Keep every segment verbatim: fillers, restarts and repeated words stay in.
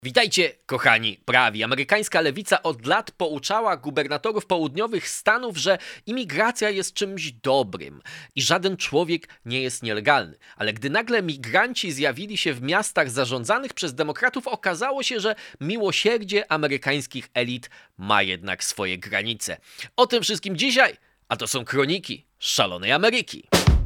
Witajcie, kochani prawi. Amerykańska lewica od lat pouczała gubernatorów południowych stanów, że imigracja jest czymś dobrym i żaden człowiek nie jest nielegalny. Ale gdy nagle migranci zjawili się w miastach zarządzanych przez demokratów, okazało się, że miłosierdzie amerykańskich elit ma jednak swoje granice. O tym wszystkim dzisiaj, a to są kroniki szalonej Ameryki.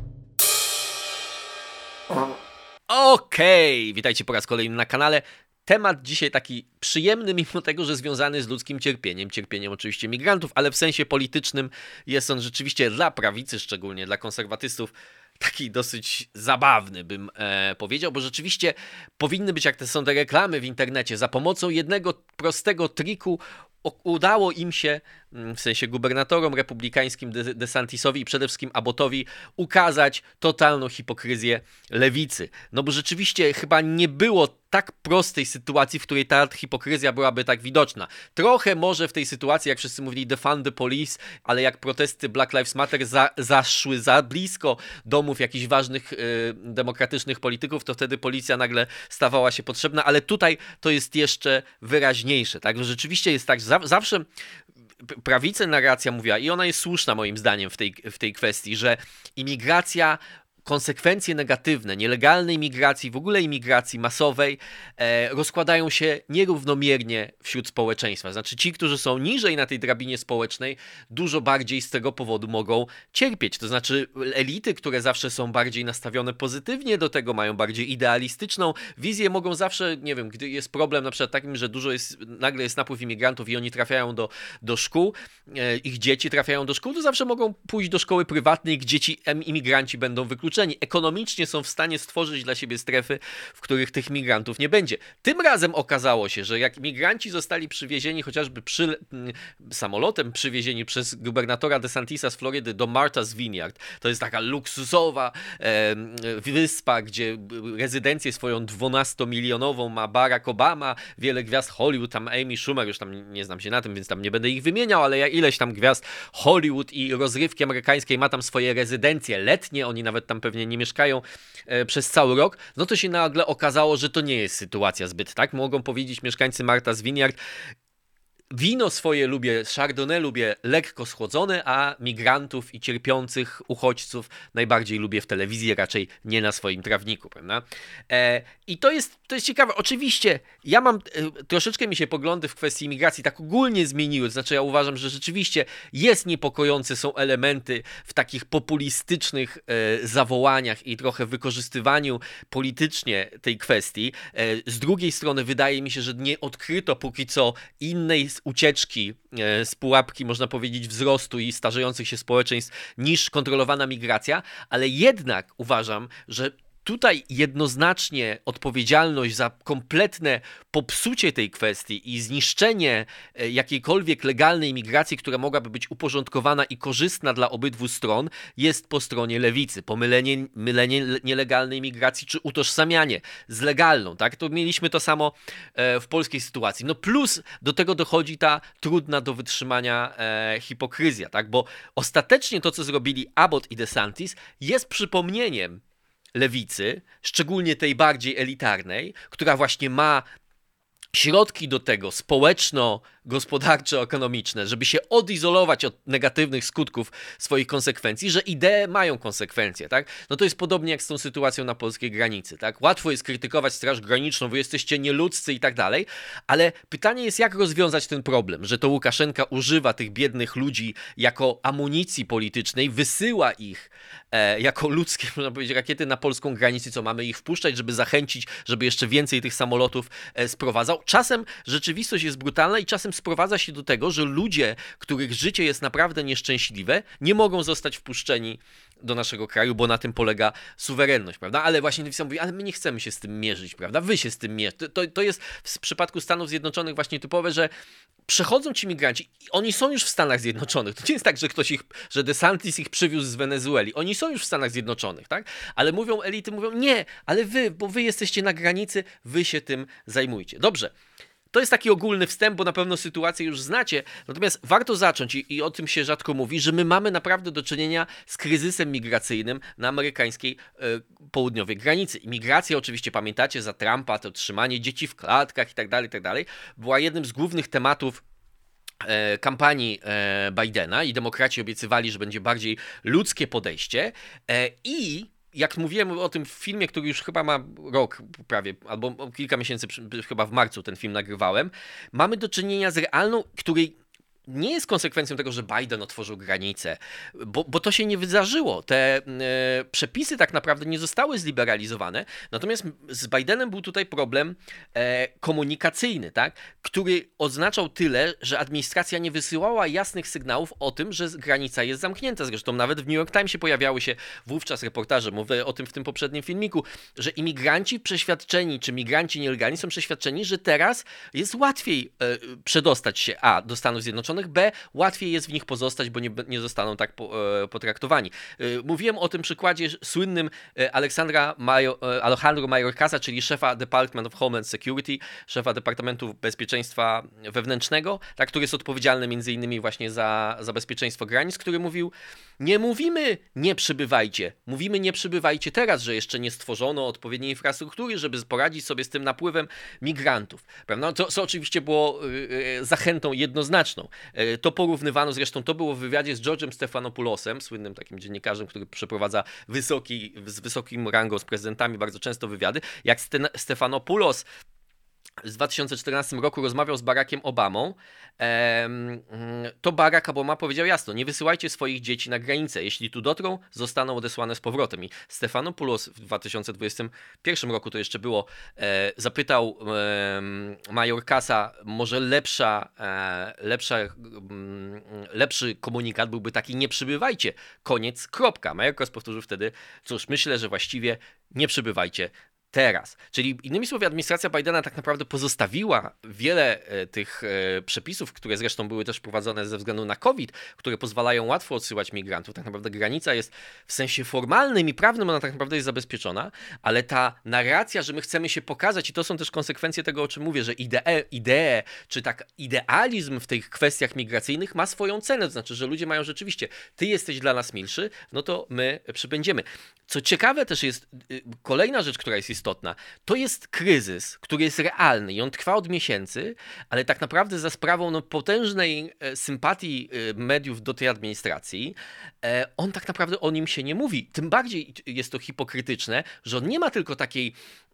Okej, okay. Witajcie po raz kolejny na kanale. Temat dzisiaj taki przyjemny, mimo tego, że związany z ludzkim cierpieniem, cierpieniem oczywiście migrantów, ale w sensie politycznym jest on rzeczywiście dla prawicy, szczególnie dla konserwatystów, taki dosyć zabawny, bym e, powiedział, bo rzeczywiście powinny być, jak te są te reklamy w internecie, za pomocą jednego prostego triku udało im się, w sensie gubernatorom republikańskim DeSantisowi i przede wszystkim Abbottowi ukazać totalną hipokryzję lewicy. No bo rzeczywiście chyba nie było tak prostej sytuacji, w której ta hipokryzja byłaby tak widoczna. Trochę może w tej sytuacji, jak wszyscy mówili defund the police, ale jak protesty Black Lives Matter za, zaszły za blisko domów jakichś ważnych y, demokratycznych polityków, to wtedy policja nagle stawała się potrzebna, ale tutaj to jest jeszcze wyraźniejsze. Tak? Rzeczywiście jest tak, że za, zawsze prawica narracja mówiła, i ona jest słuszna moim zdaniem w tej, w tej kwestii, że imigracja, konsekwencje negatywne nielegalnej imigracji, w ogóle imigracji masowej e, rozkładają się nierównomiernie wśród społeczeństwa. Znaczy ci, którzy są niżej na tej drabinie społecznej, dużo bardziej z tego powodu mogą cierpieć. To znaczy elity, które zawsze są bardziej nastawione pozytywnie do tego, mają bardziej idealistyczną wizję, mogą zawsze, nie wiem, gdy jest problem na przykład takim, że dużo jest, nagle jest napływ imigrantów i oni trafiają do, do szkół, e, ich dzieci trafiają do szkół, to zawsze mogą pójść do szkoły prywatnej, gdzie ci imigranci będą wykluczeni. Ekonomicznie są w stanie stworzyć dla siebie strefy, w których tych migrantów nie będzie. Tym razem okazało się, że jak migranci zostali przywiezieni chociażby przy, samolotem przywiezieni przez gubernatora DeSantisa z Florydy do Martha's Vineyard, to jest taka luksusowa e, wyspa, gdzie rezydencję swoją dwunastomilionową ma Barack Obama, wiele gwiazd Hollywood, tam Amy Schumer, już tam nie znam się na tym, więc tam nie będę ich wymieniał, ale ileś tam gwiazd Hollywood i rozrywki amerykańskiej ma tam swoje rezydencje letnie, oni nawet tam pewnie nie mieszkają e, przez cały rok, no to się nagle okazało, że to nie jest sytuacja zbyt, tak? Mogą powiedzieć mieszkańcy Martha's Vineyard, wino swoje lubię, Chardonnay lubię lekko schłodzone, a migrantów i cierpiących uchodźców najbardziej lubię w telewizji, raczej nie na swoim trawniku, prawda? E, I to jest, to jest ciekawe. Oczywiście ja mam, e, troszeczkę mi się poglądy w kwestii imigracji tak ogólnie zmieniły, to znaczy ja uważam, że rzeczywiście jest niepokojące, są elementy w takich populistycznych e, zawołaniach i trochę wykorzystywaniu politycznie tej kwestii. E, z drugiej strony wydaje mi się, że nie odkryto póki co innej ucieczki z pułapki, można powiedzieć, wzrostu i starzejących się społeczeństw niż kontrolowana migracja, ale jednak uważam, że tutaj jednoznacznie odpowiedzialność za kompletne popsucie tej kwestii i zniszczenie jakiejkolwiek legalnej migracji, która mogłaby być uporządkowana i korzystna dla obydwu stron, jest po stronie lewicy. Pomylenie mylenie nielegalnej migracji czy utożsamianie z legalną. Tak? To mieliśmy to samo w polskiej sytuacji. No plus do tego dochodzi ta trudna do wytrzymania e, hipokryzja, tak? Bo ostatecznie to, co zrobili Abbott i DeSantis, jest przypomnieniem lewicy, szczególnie tej bardziej elitarnej, która właśnie ma środki do tego społeczno-gospodarczo-ekonomiczne, żeby się odizolować od negatywnych skutków swoich konsekwencji, że idee mają konsekwencje, tak? No to jest podobnie jak z tą sytuacją na polskiej granicy, tak? Łatwo jest krytykować Straż Graniczną, wy jesteście nieludzcy i tak dalej, ale pytanie jest, jak rozwiązać ten problem, że to Łukaszenka używa tych biednych ludzi jako amunicji politycznej, wysyła ich e, jako ludzkie, można powiedzieć, rakiety na polską granicę, co mamy ich wpuszczać, żeby zachęcić, żeby jeszcze więcej tych samolotów e, sprowadzał. Czasem rzeczywistość jest brutalna i czasem sprowadza się do tego, że ludzie, których życie jest naprawdę nieszczęśliwe, nie mogą zostać wpuszczeni do naszego kraju, bo na tym polega suwerenność, prawda? Ale właśnie lewica mówi, ale my nie chcemy się z tym mierzyć, prawda? Wy się z tym mierzycie. To, to jest w przypadku Stanów Zjednoczonych właśnie typowe, że przechodzą ci migranci i oni są już w Stanach Zjednoczonych. To nie jest tak, że ktoś ich, że DeSantis ich przywiózł z Wenezueli. Oni są już w Stanach Zjednoczonych, tak? Ale mówią elity, mówią, nie, ale wy, bo wy jesteście na granicy, wy się tym zajmujcie. Dobrze. to jest taki ogólny wstęp, bo na pewno sytuację już znacie, natomiast warto zacząć i, i o tym się rzadko mówi, że my mamy naprawdę do czynienia z kryzysem migracyjnym na amerykańskiej e, południowej granicy. Imigracja oczywiście, pamiętacie, za Trumpa, to trzymanie dzieci w klatkach i tak dalej, i tak dalej, była jednym z głównych tematów kampanii Bidena i demokraci obiecywali, że będzie bardziej ludzkie podejście i jak mówiłem o tym w filmie, który już chyba ma rok prawie, albo kilka miesięcy, chyba w marcu ten film nagrywałem, mamy do czynienia z realną, której nie jest konsekwencją tego, że Biden otworzył granice, bo, bo to się nie wydarzyło. Te e, przepisy tak naprawdę nie zostały zliberalizowane, natomiast z Bidenem był tutaj problem e, komunikacyjny, tak? Który oznaczał tyle, że administracja nie wysyłała jasnych sygnałów o tym, że granica jest zamknięta. Zresztą nawet w New York Timesie pojawiały się wówczas reportaże, mówię o tym w tym poprzednim filmiku, że imigranci przeświadczeni, czy migranci nielegalni są przeświadczeni, że teraz jest łatwiej e, przedostać się a do Stanów Zjednoczonych, B, łatwiej jest w nich pozostać, bo nie, nie zostaną tak po, e, potraktowani. E, mówiłem o tym przykładzie słynnym e, Aleksandra Majo, e, Alejandro Mayorkasa, czyli szefa Department of Homeland Security, szefa Departamentu Bezpieczeństwa Wewnętrznego, tak, który jest odpowiedzialny między innymi właśnie za, za bezpieczeństwo granic, który mówił, nie mówimy nie przybywajcie, mówimy nie przybywajcie teraz, że jeszcze nie stworzono odpowiedniej infrastruktury, żeby poradzić sobie z tym napływem migrantów. Prawda? To, co oczywiście było e, zachętą jednoznaczną. To porównywano, zresztą to było w wywiadzie z George'em Stephanopoulosem, słynnym takim dziennikarzem, który przeprowadza wysoki, z wysokim rangą z prezydentami bardzo często wywiady, jak Stephanopoulos w dwa tysiące czternastym roku rozmawiał z Barackiem Obamą, to Barack Obama powiedział jasno, nie wysyłajcie swoich dzieci na granicę, jeśli tu dotrą, zostaną odesłane z powrotem. I Stephanopoulos w dwa tysiące dwudziestym pierwszym roku to jeszcze było, zapytał Mayorkasa, może lepsza, lepsza, lepszy komunikat byłby taki, nie przybywajcie, koniec, kropka. Mayorkas powtórzył wtedy, cóż, myślę, że właściwie nie przybywajcie teraz. Czyli innymi słowy, administracja Bidena tak naprawdę pozostawiła wiele e, tych e, przepisów, które zresztą były też wprowadzone ze względu na COVID, które pozwalają łatwo odsyłać migrantów. Tak naprawdę granica jest w sensie formalnym i prawnym, ona tak naprawdę jest zabezpieczona, ale ta narracja, że my chcemy się pokazać i to są też konsekwencje tego, o czym mówię, że idee, idee czy tak idealizm w tych kwestiach migracyjnych ma swoją cenę, to znaczy, że ludzie mają rzeczywiście, ty jesteś dla nas milszy, no to my przybędziemy. Co ciekawe też jest, kolejna rzecz, która jest istotna, to jest kryzys, który jest realny i on trwa od miesięcy, ale tak naprawdę za sprawą no, potężnej sympatii mediów do tej administracji, on tak naprawdę o nim się nie mówi. Tym bardziej jest to hipokrytyczne, że on nie ma tylko takiej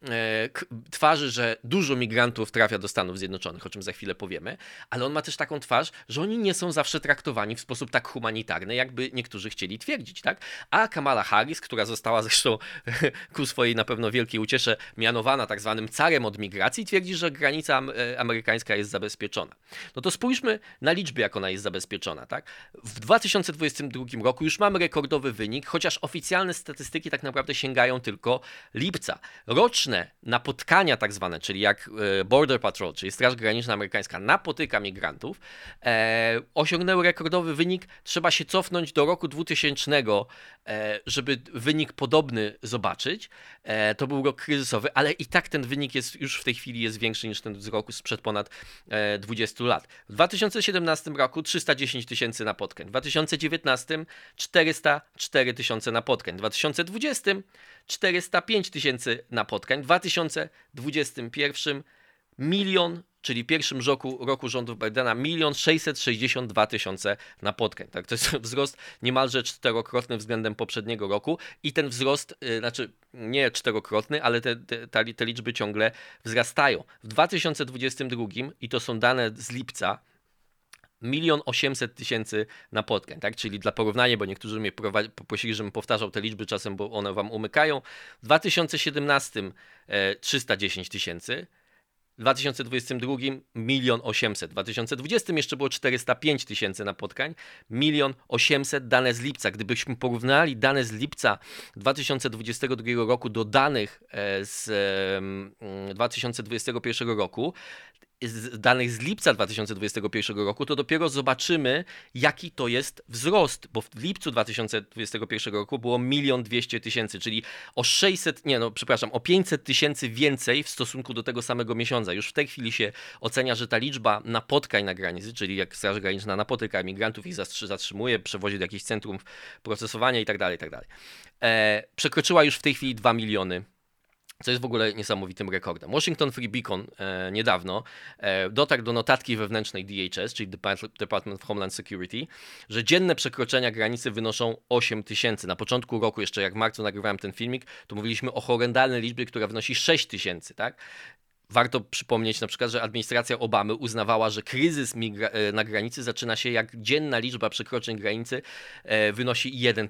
twarzy, że dużo migrantów trafia do Stanów Zjednoczonych, o czym za chwilę powiemy, ale on ma też taką twarz, że oni nie są zawsze traktowani w sposób tak humanitarny, jakby niektórzy chcieli twierdzić, tak? A Kamala Harris, która została zresztą ku swojej na pewno wielkiej uciesze mianowana tak zwanym carem od migracji, twierdzi, że granica amerykańska jest zabezpieczona. No to spójrzmy na liczby, jak ona jest zabezpieczona, tak? W dwa tysiące dwudziestym drugim roku już mamy rekordowy wynik, chociaż oficjalne statystyki tak naprawdę sięgają tylko lipca. Roczne napotkania tak zwane, czyli jak Border Patrol, czyli Straż Graniczna Amerykańska napotyka migrantów, e, osiągnęły rekordowy wynik. Trzeba się cofnąć do roku dwutysięcznego, e, żeby wynik podobny zobaczyć. E, to był rok kryzysowy, ale i tak ten wynik jest już w tej chwili jest większy niż ten z roku sprzed ponad e, dwudziestu lat. W dwa tysiące siedemnastym roku trzysta dziesięć tysięcy napotkań, w dwa tysiące dziewiętnastym czterysta cztery tysiące napotkań, w dwa tysiące dwudziestym czterysta pięć tysięcy napotkań, w dwa tysiące dwudziestym pierwszym milion, czyli pierwszym roku, roku rządów Bidena, milion sześćset sześćdziesiąt dwa tysiące napotkań. Tak? To jest wzrost niemalże czterokrotny względem poprzedniego roku i ten wzrost, yy, znaczy nie czterokrotny, ale te, te, te liczby ciągle wzrastają. W dwa tysiące dwudziestym drugim, i to są dane z lipca, milion osiemset tysięcy napotkań, tak? Czyli dla porównania, bo niektórzy mnie poprosili, żebym powtarzał te liczby czasem, bo one wam umykają. W dwa tysiące siedemnastym e, trzysta dziesięć tysięcy, w dwa tysiące dwudziestym drugim milion osiemset, w dwa tysiące dwudziestym jeszcze było czterysta pięć tysięcy napotkań, milion osiemset, dane z lipca. Gdybyśmy porównali dane z lipca dwa tysiące dwudziestego drugiego roku do danych z dwa tysiące dwudziestego pierwszego roku, z danych z lipca dwa tysiące dwudziestego pierwszego roku, to dopiero zobaczymy, jaki to jest wzrost, bo w lipcu dwa tysiące dwudziestego pierwszego roku było milion dwieście tysięcy, czyli o sześćset, nie no, przepraszam, o pięćset tysięcy więcej w stosunku do tego samego miesiąca. Już w tej chwili się ocenia, że ta liczba napotkań na granicy, czyli jak Straż Graniczna napotyka migrantów i zatrzymuje, przewozi do jakichś centrum procesowania i tak dalej, i tak dalej, e, przekroczyła już w tej chwili dwa miliony. Co jest w ogóle niesamowitym rekordem. Washington Free Beacon e, niedawno e, dotarł do notatki wewnętrznej D H S, czyli Department of Homeland Security, że dzienne przekroczenia granicy wynoszą osiem tysięcy. Na początku roku, jeszcze jak w marcu nagrywałem ten filmik, to mówiliśmy o horrendalnej liczbie, która wynosi sześć tysięcy, tak? Warto przypomnieć na przykład, że administracja Obamy uznawała, że kryzys na granicy zaczyna się jak dzienna liczba przekroczeń granicy wynosi jeden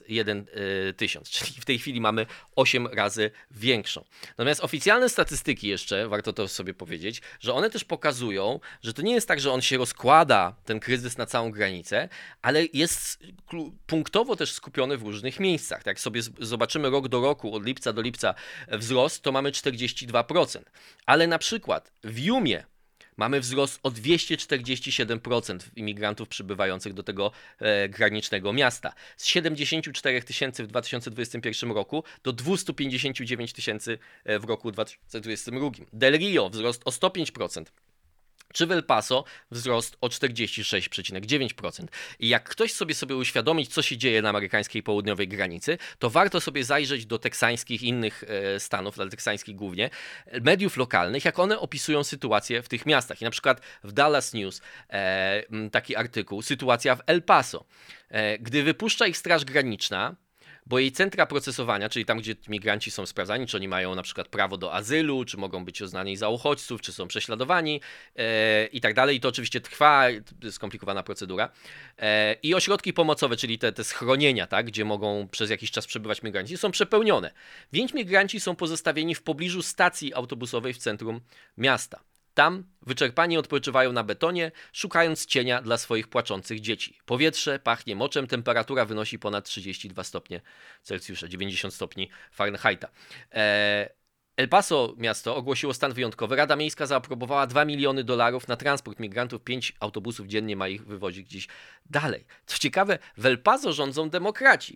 tysiąc, czyli w tej chwili mamy osiem razy większą. Natomiast oficjalne statystyki jeszcze, warto to sobie powiedzieć, że one też pokazują, że to nie jest tak, że on się rozkłada, ten kryzys, na całą granicę, ale jest punktowo też skupiony w różnych miejscach. Tak jak sobie zobaczymy rok do roku, od lipca do lipca wzrost, to mamy czterdzieści dwa procent. Ale na przykład w Yumie mamy wzrost o dwieście czterdzieści siedem procent imigrantów przybywających do tego e, granicznego miasta. Z siedemdziesiąt cztery tysięcy w dwa tysiące dwudziestym pierwszym roku do dwieście pięćdziesiąt dziewięć tysięcy w roku dwa tysiące dwudziestym drugim. Del Rio wzrost o sto pięć procent. Czy w El Paso wzrost o czterdzieści sześć przecinek dziewięć procent. I jak ktoś sobie sobie uświadomić, co się dzieje na amerykańskiej południowej granicy, to warto sobie zajrzeć do teksańskich innych e, stanów, ale teksańskich głównie, mediów lokalnych, jak one opisują sytuację w tych miastach. I na przykład w Dallas News e, taki artykuł, sytuacja w El Paso. E, gdy wypuszcza ich Straż Graniczna, bo jej centra procesowania, czyli tam, gdzie migranci są sprawdzani, czy oni mają na przykład prawo do azylu, czy mogą być uznani za uchodźców, czy są prześladowani e, i tak dalej. I to oczywiście trwa, skomplikowana procedura. E, I ośrodki pomocowe, czyli te, te schronienia, tak, gdzie mogą przez jakiś czas przebywać migranci, są przepełnione. Więc migranci są pozostawieni w pobliżu stacji autobusowej w centrum miasta. Tam wyczerpani odpoczywają na betonie, szukając cienia dla swoich płaczących dzieci. Powietrze pachnie moczem, temperatura wynosi ponad trzydzieści dwa stopnie Celsjusza, dziewięćdziesiąt stopni Fahrenheita. Eee, El Paso miasto ogłosiło stan wyjątkowy. Rada Miejska zaaprobowała dwa miliony dolarów na transport migrantów. pięć autobusów dziennie ma ich wywozić gdzieś dalej. Co ciekawe, w El Paso rządzą demokraci,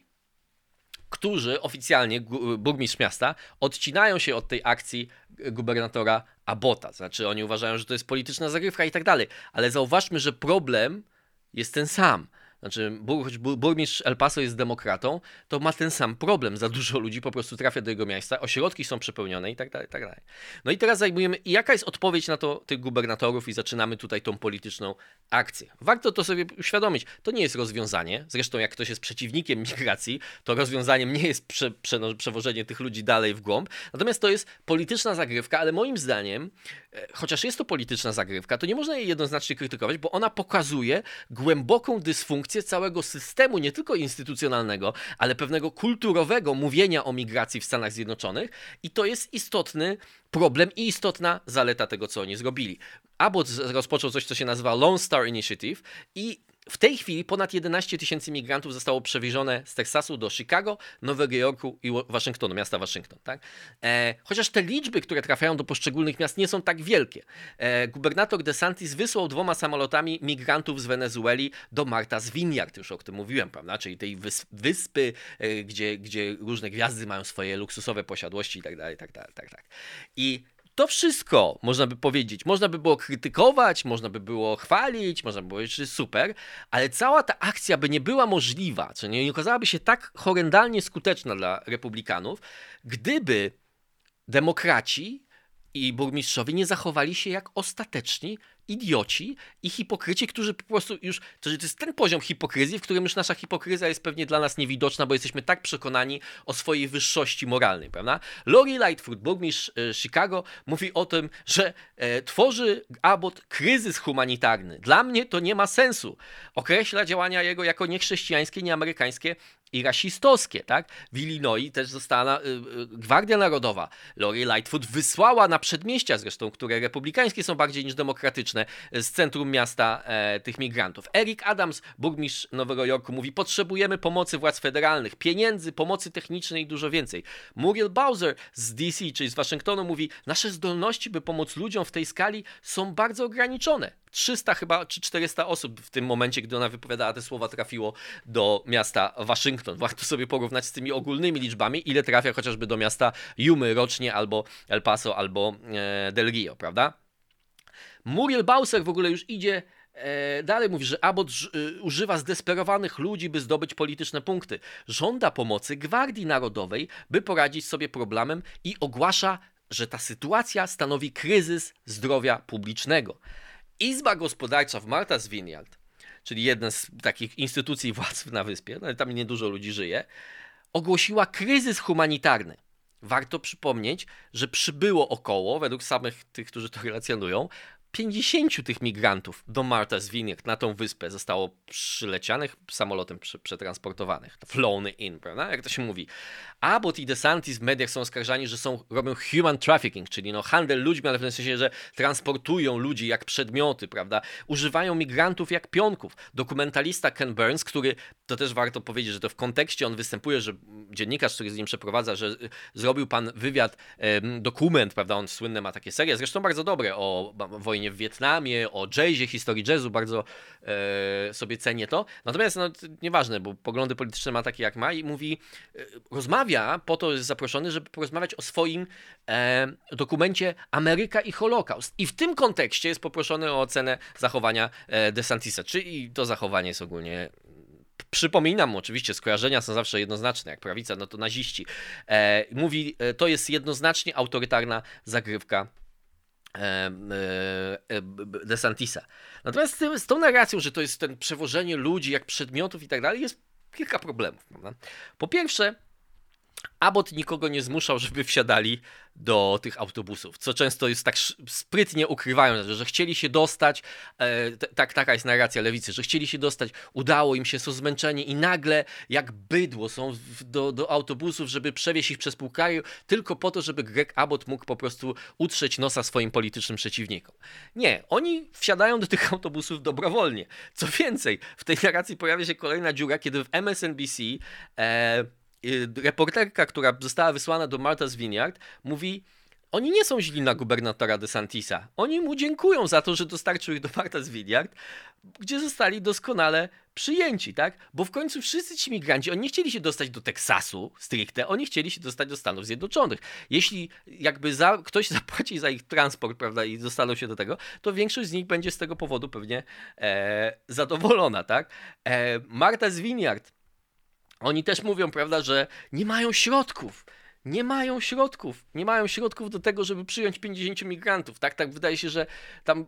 którzy oficjalnie, burmistrz miasta, odcinają się od tej akcji gubernatora Abbotta. Znaczy oni uważają, że to jest polityczna zagrywka i tak dalej. Ale zauważmy, że problem jest ten sam. Znaczy, choć burmistrz El Paso jest demokratą, to ma ten sam problem. Za dużo ludzi po prostu trafia do jego miasta, ośrodki są przepełnione i tak dalej, i tak dalej. No i teraz zajmujemy, i jaka jest odpowiedź na to tych gubernatorów i zaczynamy tutaj tą polityczną akcję. Warto to sobie uświadomić. To nie jest rozwiązanie. Zresztą jak ktoś jest przeciwnikiem migracji, to rozwiązaniem nie jest prze, prze, przewożenie tych ludzi dalej w głąb. Natomiast to jest polityczna zagrywka, ale moim zdaniem, chociaż jest to polityczna zagrywka, to nie można jej jednoznacznie krytykować, bo ona pokazuje głęboką dysfunkcję całego systemu, nie tylko instytucjonalnego, ale pewnego kulturowego mówienia o migracji w Stanach Zjednoczonych i to jest istotny problem i istotna zaleta tego, co oni zrobili. Abbott rozpoczął coś, co się nazywa Lone Star Initiative i w tej chwili ponad jedenaście tysięcy migrantów zostało przewiezione z Teksasu do Chicago, Nowego Jorku i Waszyngtonu, miasta Waszyngton. Tak? E, chociaż te liczby, które trafiają do poszczególnych miast, nie są tak wielkie. E, gubernator DeSantis wysłał dwoma samolotami migrantów z Wenezueli do Martha's Vineyard, już o tym mówiłem, prawda? Czyli tej wys- wyspy, e, gdzie, gdzie różne gwiazdy mają swoje luksusowe posiadłości i tak dalej, tak dalej, tak, tak. I to wszystko, można by powiedzieć, można by było krytykować, można by było chwalić, można by powiedzieć, że jest super, ale cała ta akcja by nie była możliwa, czy nie, nie okazałaby się tak horrendalnie skuteczna dla republikanów, gdyby demokraci i burmistrzowie nie zachowali się jak ostateczni idioci i hipokryci, którzy po prostu już, to jest ten poziom hipokryzji, w którym już nasza hipokryzja jest pewnie dla nas niewidoczna, bo jesteśmy tak przekonani o swojej wyższości moralnej, prawda? Lori Lightfoot, burmistrz e, Chicago, mówi o tym, że e, tworzy Abbott kryzys humanitarny. Dla mnie to nie ma sensu. Określa działania jego jako niechrześcijańskie, nieamerykańskie i rasistowskie, tak? W Illinois też została y, y, Gwardia Narodowa. Lori Lightfoot wysłała na przedmieścia zresztą, które republikańskie są bardziej niż demokratyczne, polityczne z centrum miasta e, tych migrantów. Eric Adams, burmistrz Nowego Jorku, mówi: potrzebujemy pomocy władz federalnych, pieniędzy, pomocy technicznej i dużo więcej. Muriel Bowser z D C, czyli z Waszyngtonu, mówi: nasze zdolności, by pomóc ludziom w tej skali są bardzo ograniczone. trzysta chyba, czy czterysta osób w tym momencie, gdy ona wypowiadała te słowa, trafiło do miasta Waszyngton. Warto sobie porównać z tymi ogólnymi liczbami, ile trafia chociażby do miasta Yumy rocznie, albo El Paso, albo e, Del Rio, prawda? Muriel Bowser w ogóle już idzie e, dalej, mówi, że Abbott e, używa zdesperowanych ludzi, by zdobyć polityczne punkty. Żąda pomocy Gwardii Narodowej, by poradzić sobie problemem i ogłasza, że ta sytuacja stanowi kryzys zdrowia publicznego. Izba Gospodarcza w Martha's Vineyard, czyli jedna z takich instytucji władz na wyspie, no, tam niedużo ludzi żyje, ogłosiła kryzys humanitarny. Warto przypomnieć, że przybyło około, według samych tych, którzy to relacjonują, pięćdziesięciu tych migrantów do Martha's Vineyard, na tą wyspę, zostało przylecianych samolotem przetransportowanych. Flown in, prawda? Jak to się mówi. Abbott i DeSantis w mediach są oskarżani, że są, robią human trafficking, czyli no handel ludźmi, ale w tym sensie, że transportują ludzi jak przedmioty, prawda? Używają migrantów jak pionków. Dokumentalista Ken Burns, który, to też warto powiedzieć, że to w kontekście on występuje, że dziennikarz, który z nim przeprowadza, że zrobił pan wywiad, dokument, prawda? On słynne ma takie serie, zresztą bardzo dobre, o wojnie w Wietnamie, o jazzie, historii jazzu, bardzo e, sobie cenię to. Natomiast no, nieważne, bo poglądy polityczne ma takie jak ma i mówi, e, rozmawia, po to jest zaproszony, żeby porozmawiać o swoim e, dokumencie Ameryka i Holokaust. I w tym kontekście jest poproszony o ocenę zachowania e, DeSantisa, czyli to zachowanie jest ogólnie... Przypominam, oczywiście skojarzenia są zawsze jednoznaczne, jak prawica, no to naziści. E, mówi, e, to jest jednoznacznie autorytarna zagrywka DeSantisa. Natomiast z, tym, z tą narracją, że to jest ten przewożenie ludzi jak przedmiotów i tak dalej, jest kilka problemów. Prawda? Po pierwsze, Abbott nikogo nie zmuszał, żeby wsiadali do tych autobusów, co często jest tak sprytnie ukrywają, że chcieli się dostać, e, tak, taka jest narracja lewicy, że chcieli się dostać, udało im się, są zmęczeni i nagle jak bydło są w, do, do autobusów, żeby przewieźć ich przez pół kraju, tylko po to, żeby Greg Abbott mógł po prostu utrzeć nosa swoim politycznym przeciwnikom. Nie, oni wsiadają do tych autobusów dobrowolnie. Co więcej, w tej narracji pojawia się kolejna dziura, kiedy w M S N B C e, reporterka, która została wysłana do Martha's Vineyard, mówi: oni nie są źli na gubernatora DeSantisa. Oni mu dziękują za to, że dostarczył ich do Martha's Vineyard, gdzie zostali doskonale przyjęci, tak? Bo w końcu wszyscy ci migranci, oni nie chcieli się dostać do Teksasu stricte, oni chcieli się dostać do Stanów Zjednoczonych. Jeśli jakby za, ktoś zapłaci za ich transport, prawda, i dostaną się do tego, to większość z nich będzie z tego powodu pewnie e, zadowolona, tak? E, Martha's Vineyard, oni też mówią, prawda, że nie mają środków. Nie mają środków. Nie mają środków do tego, żeby przyjąć pięćdziesięciu migrantów. Tak, tak wydaje się, że tam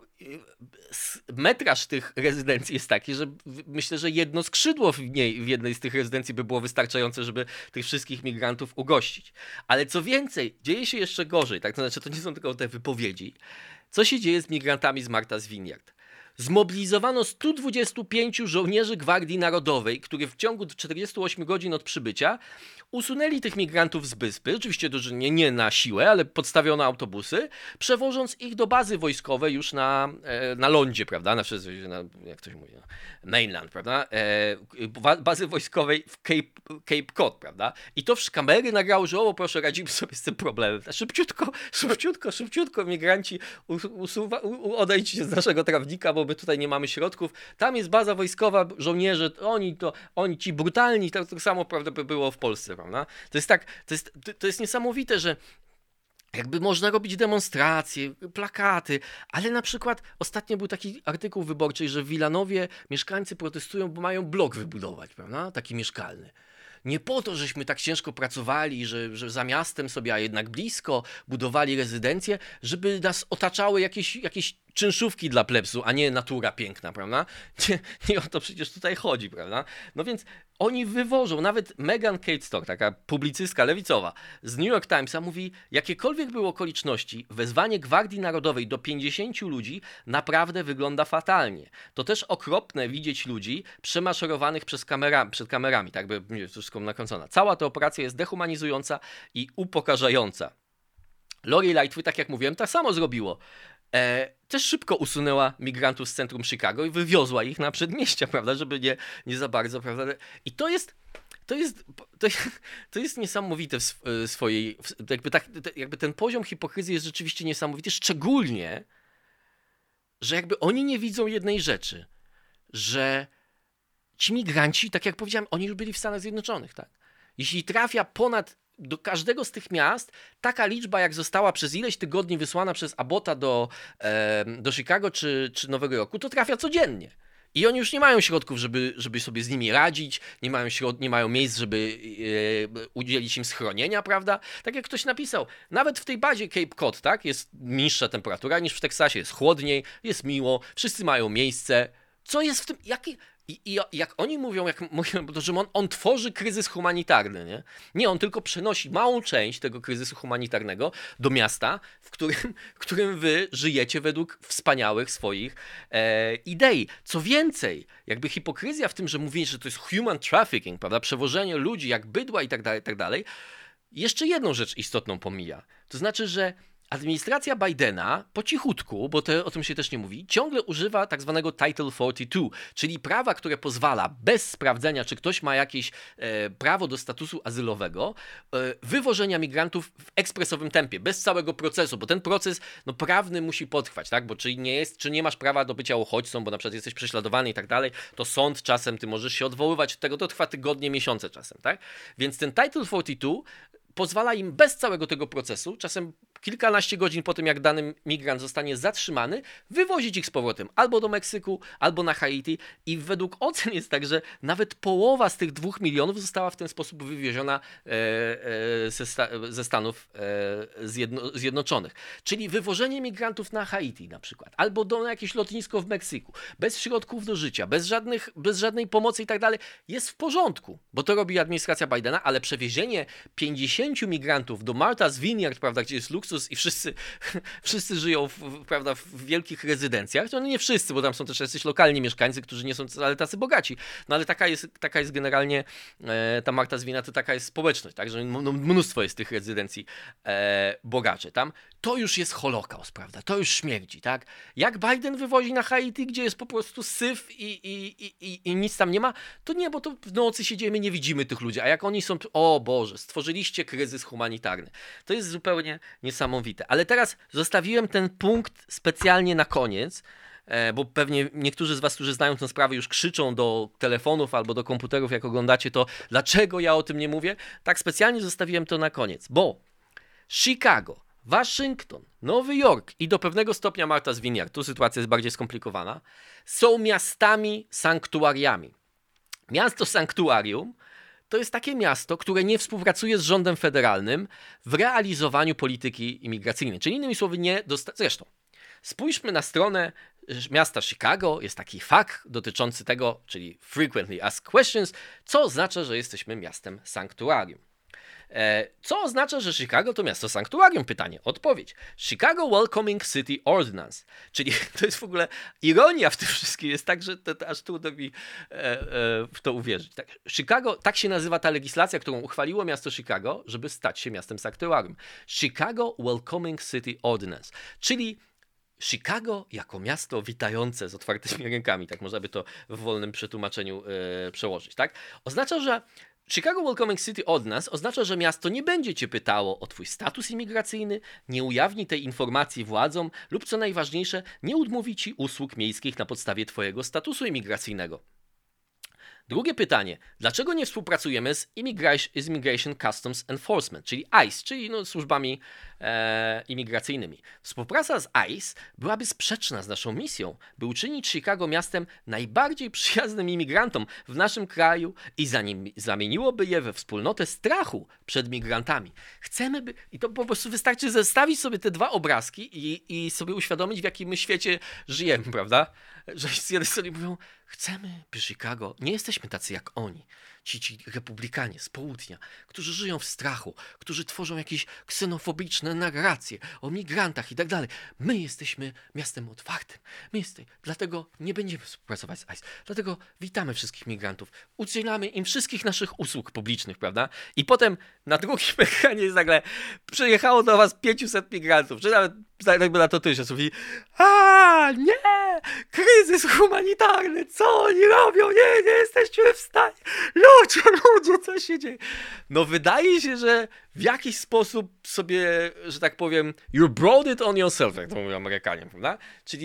metraż tych rezydencji jest taki, że myślę, że jedno skrzydło w niej, w jednej z tych rezydencji by było wystarczające, żeby tych wszystkich migrantów ugościć. Ale co więcej, dzieje się jeszcze gorzej. Tak, to znaczy, to nie są tylko te wypowiedzi. Co się dzieje z migrantami z Martha's Vineyard? Zmobilizowano stu dwudziestu pięciu żołnierzy Gwardii Narodowej, którzy w ciągu czterdziestu ośmiu godzin od przybycia usunęli tych migrantów z wyspy, oczywiście nie, nie na siłę, ale podstawiono autobusy, przewożąc ich do bazy wojskowej już na, na lądzie, prawda, na, na jak to się mówi, mainland, prawda, bazy wojskowej w Cape, Cape Cod, prawda, i to w kamery nagrało, że o, proszę, radzimy sobie z tym problemem. Szybciutko, szybciutko, szybciutko, migranci, usuwa, odejdźcie z naszego trawnika, bo my tutaj nie mamy środków. Tam jest baza wojskowa, żołnierze, oni to, oni ci brutalni, tak, tak samo prawda by było w Polsce, prawda? To jest tak, to jest, to jest niesamowite, że jakby można robić demonstracje, plakaty, ale na przykład ostatnio był taki artykuł wyborczy, że w Wilanowie mieszkańcy protestują, bo mają blok wybudować, prawda? Taki mieszkalny. Nie po to, żeśmy tak ciężko pracowali, że, że za miastem sobie, a jednak blisko, budowali rezydencje, żeby nas otaczały jakieś, jakieś czynszówki dla plebsu, a nie natura piękna, prawda? Nie, nie o to przecież tutaj chodzi, prawda? No więc oni wywożą, nawet Megan Kate, taka publicystka lewicowa z New York Timesa mówi, jakiekolwiek były okoliczności, wezwanie Gwardii Narodowej do pięćdziesięciu ludzi naprawdę wygląda fatalnie. To też okropne widzieć ludzi przemaszerowanych przez kamera, przed kamerami, tak by wszystko nakręcona. Cała ta operacja jest dehumanizująca i upokarzająca. Lori Lightfoot, tak jak mówiłem, tak samo zrobiło. E, też szybko usunęła migrantów z centrum Chicago i wywiozła ich na przedmieścia, prawda, żeby nie, nie za bardzo, prawda. I to jest, to jest, to jest, to jest niesamowite w swojej, jakby, tak, jakby ten poziom hipokryzji jest rzeczywiście niesamowity, szczególnie, że jakby oni nie widzą jednej rzeczy, że ci migranci, tak jak powiedziałem, oni już byli w Stanach Zjednoczonych, tak. Jeśli trafia ponad do każdego z tych miast taka liczba, jak została przez ileś tygodni wysłana przez Abbotta do, e, do Chicago czy, czy Nowego Jorku, to trafia codziennie. I oni już nie mają środków, żeby, żeby sobie z nimi radzić, nie mają, środ- nie mają miejsc, żeby e, udzielić im schronienia, prawda? Tak jak ktoś napisał, nawet w tej bazie Cape Cod, tak, jest niższa temperatura niż w Teksasie, jest chłodniej, jest miło, wszyscy mają miejsce. Co jest w tym, jaki... I, I jak oni mówią, jak mówią, że on, on tworzy kryzys humanitarny, nie? Nie, on tylko przenosi małą część tego kryzysu humanitarnego do miasta, w którym, w którym wy żyjecie według wspaniałych swoich e, idei. Co więcej, jakby hipokryzja w tym, że mówicie, że to jest human trafficking, prawda, przewożenie ludzi jak bydła i tak dalej, i tak dalej, jeszcze jedną rzecz istotną pomija. To znaczy, że administracja Bidena po cichutku, bo to, o tym się też nie mówi, ciągle używa tak zwanego Title czterdzieści dwa, czyli prawa, które pozwala bez sprawdzenia, czy ktoś ma jakieś e, prawo do statusu azylowego, e, wywożenia migrantów w ekspresowym tempie, bez całego procesu, bo ten proces no, prawny musi potrwać, tak? Bo czy nie jest, czy nie masz prawa do bycia uchodźcą, bo na przykład jesteś prześladowany i tak dalej, to sąd czasem, ty możesz się odwoływać od tego, to trwa tygodnie, miesiące czasem, tak? Więc ten Title czterdzieści dwa pozwala im bez całego tego procesu, czasem kilkanaście godzin po tym, jak dany migrant zostanie zatrzymany, wywozić ich z powrotem albo do Meksyku, albo na Haiti i według ocen jest tak, że nawet połowa z tych dwóch milionów została w ten sposób wywieziona e, e, ze, sta, ze Stanów e, zjedno, Zjednoczonych. Czyli wywożenie migrantów na Haiti na przykład, albo do na jakieś lotnisko w Meksyku, bez środków do życia, bez, żadnych, bez żadnej pomocy i tak dalej, jest w porządku, bo to robi administracja Bidena, ale przewiezienie pięćdziesięciu migrantów do Martha's Vineyard, prawda, gdzie jest luksus i wszyscy, wszyscy żyją w, prawda, w wielkich rezydencjach, to nie wszyscy, bo tam są też jacyś lokalni mieszkańcy, którzy nie są wcale tacy bogaci, no ale taka jest, taka jest generalnie e, ta Martha's Vineyard, to taka jest społeczność, tak, że no, mnóstwo jest tych rezydencji e, bogaczy tam. To już jest Holokaust, prawda, to już śmierdzi, tak. Jak Biden wywozi na Haiti, gdzie jest po prostu syf i, i, i, i, i nic tam nie ma, to nie, bo to w nocy siedzimy, nie widzimy tych ludzi, a jak oni są, o Boże, stworzyliście kryzys humanitarny. To jest zupełnie niesamowite. Ale teraz zostawiłem ten punkt specjalnie na koniec, bo pewnie niektórzy z was, którzy znają tę sprawę, już krzyczą do telefonów albo do komputerów, jak oglądacie to, dlaczego ja o tym nie mówię. Tak specjalnie zostawiłem to na koniec, bo Chicago, Waszyngton, Nowy Jork i do pewnego stopnia Martha's Vineyard, tu sytuacja jest bardziej skomplikowana, są miastami sanktuariami. Miasto sanktuarium to jest takie miasto, które nie współpracuje z rządem federalnym w realizowaniu polityki imigracyjnej. Czyli innymi słowy nie dosta... Zresztą, spójrzmy na stronę miasta Chicago, jest taki fakt dotyczący tego, czyli Frequently Asked Questions, co oznacza, że jesteśmy miastem sanktuarium. Co oznacza, że Chicago to miasto sanktuarium? Pytanie, odpowiedź. Chicago Welcoming City Ordinance. Czyli to jest w ogóle ironia w tym wszystkim. Jest tak, że to, to aż trudno mi e, e, w to uwierzyć. Tak, Chicago, tak się nazywa ta legislacja, którą uchwaliło miasto Chicago, żeby stać się miastem sanktuarium. Chicago Welcoming City Ordinance. Czyli Chicago jako miasto witające z otwartymi rękami. Tak można by to w wolnym przetłumaczeniu e, przełożyć. Tak? Oznacza, że Chicago Welcoming City Ordinance oznacza, że miasto nie będzie cię pytało o twój status imigracyjny, nie ujawni tej informacji władzom lub co najważniejsze, nie odmówi ci usług miejskich na podstawie twojego statusu imigracyjnego. Drugie pytanie. Dlaczego nie współpracujemy z Immigration, Immigration Customs Enforcement, czyli I C E, czyli no, służbami e, imigracyjnymi? Współpraca z I C E byłaby sprzeczna z naszą misją, by uczynić Chicago miastem najbardziej przyjaznym imigrantom w naszym kraju i zanim, zamieniłoby je we wspólnotę strachu przed migrantami. Chcemy, by... I to po prostu wystarczy zestawić sobie te dwa obrazki i, i sobie uświadomić, w jakim my świecie żyjemy, prawda? Że z jednej strony mówią, chcemy, by Chicago, nie jesteśmy tacy jak oni. ci, ci republikanie z południa, którzy żyją w strachu, którzy tworzą jakieś ksenofobiczne narracje o migrantach i tak dalej. My jesteśmy miastem otwartym. My jesteśmy, dlatego nie będziemy współpracować z ICE. Dlatego witamy wszystkich migrantów. Udzielamy im wszystkich naszych usług publicznych, prawda? I potem na drugim ekranie jest nagle przyjechało do was pięciuset migrantów, czy nawet jakby na to tysiąc. Mówi, a nie, kryzys humanitarny, co oni robią? Nie, nie jesteśmy w stanie. Ludzie, ludzie, co się dzieje? No wydaje się, że w jakiś sposób sobie, że tak powiem, you brought it on yourself, jak to mówią Amerykanie, prawda? Czyli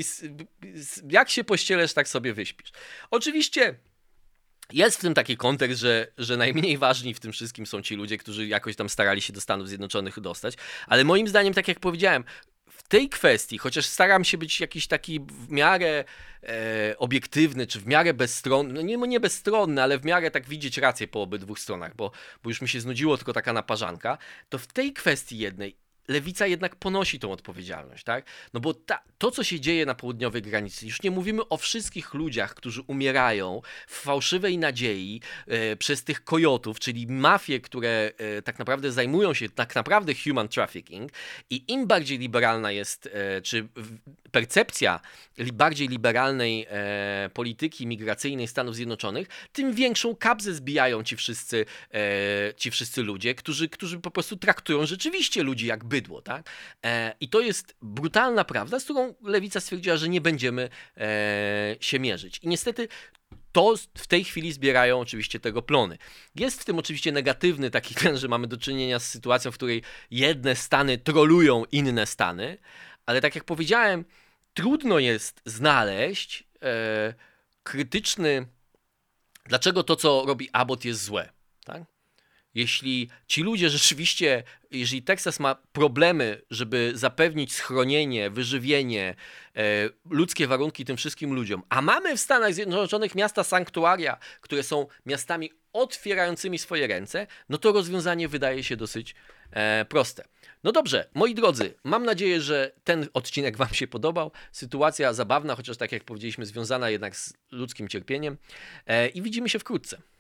jak się pościelesz, tak sobie wyśpisz. Oczywiście jest w tym taki kontekst, że, że najmniej ważni w tym wszystkim są ci ludzie, którzy jakoś tam starali się do Stanów Zjednoczonych dostać, ale moim zdaniem, tak jak powiedziałem, w tej kwestii, chociaż staram się być jakiś taki w miarę e, obiektywny, czy w miarę bezstronny, no nie, nie bezstronny, ale w miarę tak widzieć rację po obydwu stronach, bo, bo już mi się znudziło tylko taka naparzanka, to w tej kwestii jednej Lewica jednak ponosi tą odpowiedzialność, tak? No bo ta, to, co się dzieje na południowej granicy, już nie mówimy o wszystkich ludziach, którzy umierają w fałszywej nadziei e, przez tych kojotów, czyli mafie, które e, tak naprawdę zajmują się tak naprawdę human trafficking i im bardziej liberalna jest, e, czy percepcja li, bardziej liberalnej e, polityki migracyjnej Stanów Zjednoczonych, tym większą kabzę zbijają ci wszyscy, e, ci wszyscy ludzie, którzy, którzy po prostu traktują rzeczywiście ludzi jak bydło, tak? E, I to jest brutalna prawda, z którą Lewica stwierdziła, że nie będziemy e, się mierzyć. I niestety to w tej chwili zbierają oczywiście tego plony. Jest w tym oczywiście negatywny taki ten, że mamy do czynienia z sytuacją, w której jedne stany trolują inne stany, ale tak jak powiedziałem, trudno jest znaleźć e, krytyczny, dlaczego to, co robi Abbott, jest złe, tak? Jeśli ci ludzie rzeczywiście, jeżeli Teksas ma problemy, żeby zapewnić schronienie, wyżywienie, e, ludzkie warunki tym wszystkim ludziom, a mamy w Stanach Zjednoczonych miasta sanktuaria, które są miastami otwierającymi swoje ręce, no to rozwiązanie wydaje się dosyć e, proste. No dobrze, moi drodzy, mam nadzieję, że ten odcinek wam się podobał. Sytuacja zabawna, chociaż tak jak powiedzieliśmy, związana jednak z ludzkim cierpieniem e, i widzimy się wkrótce.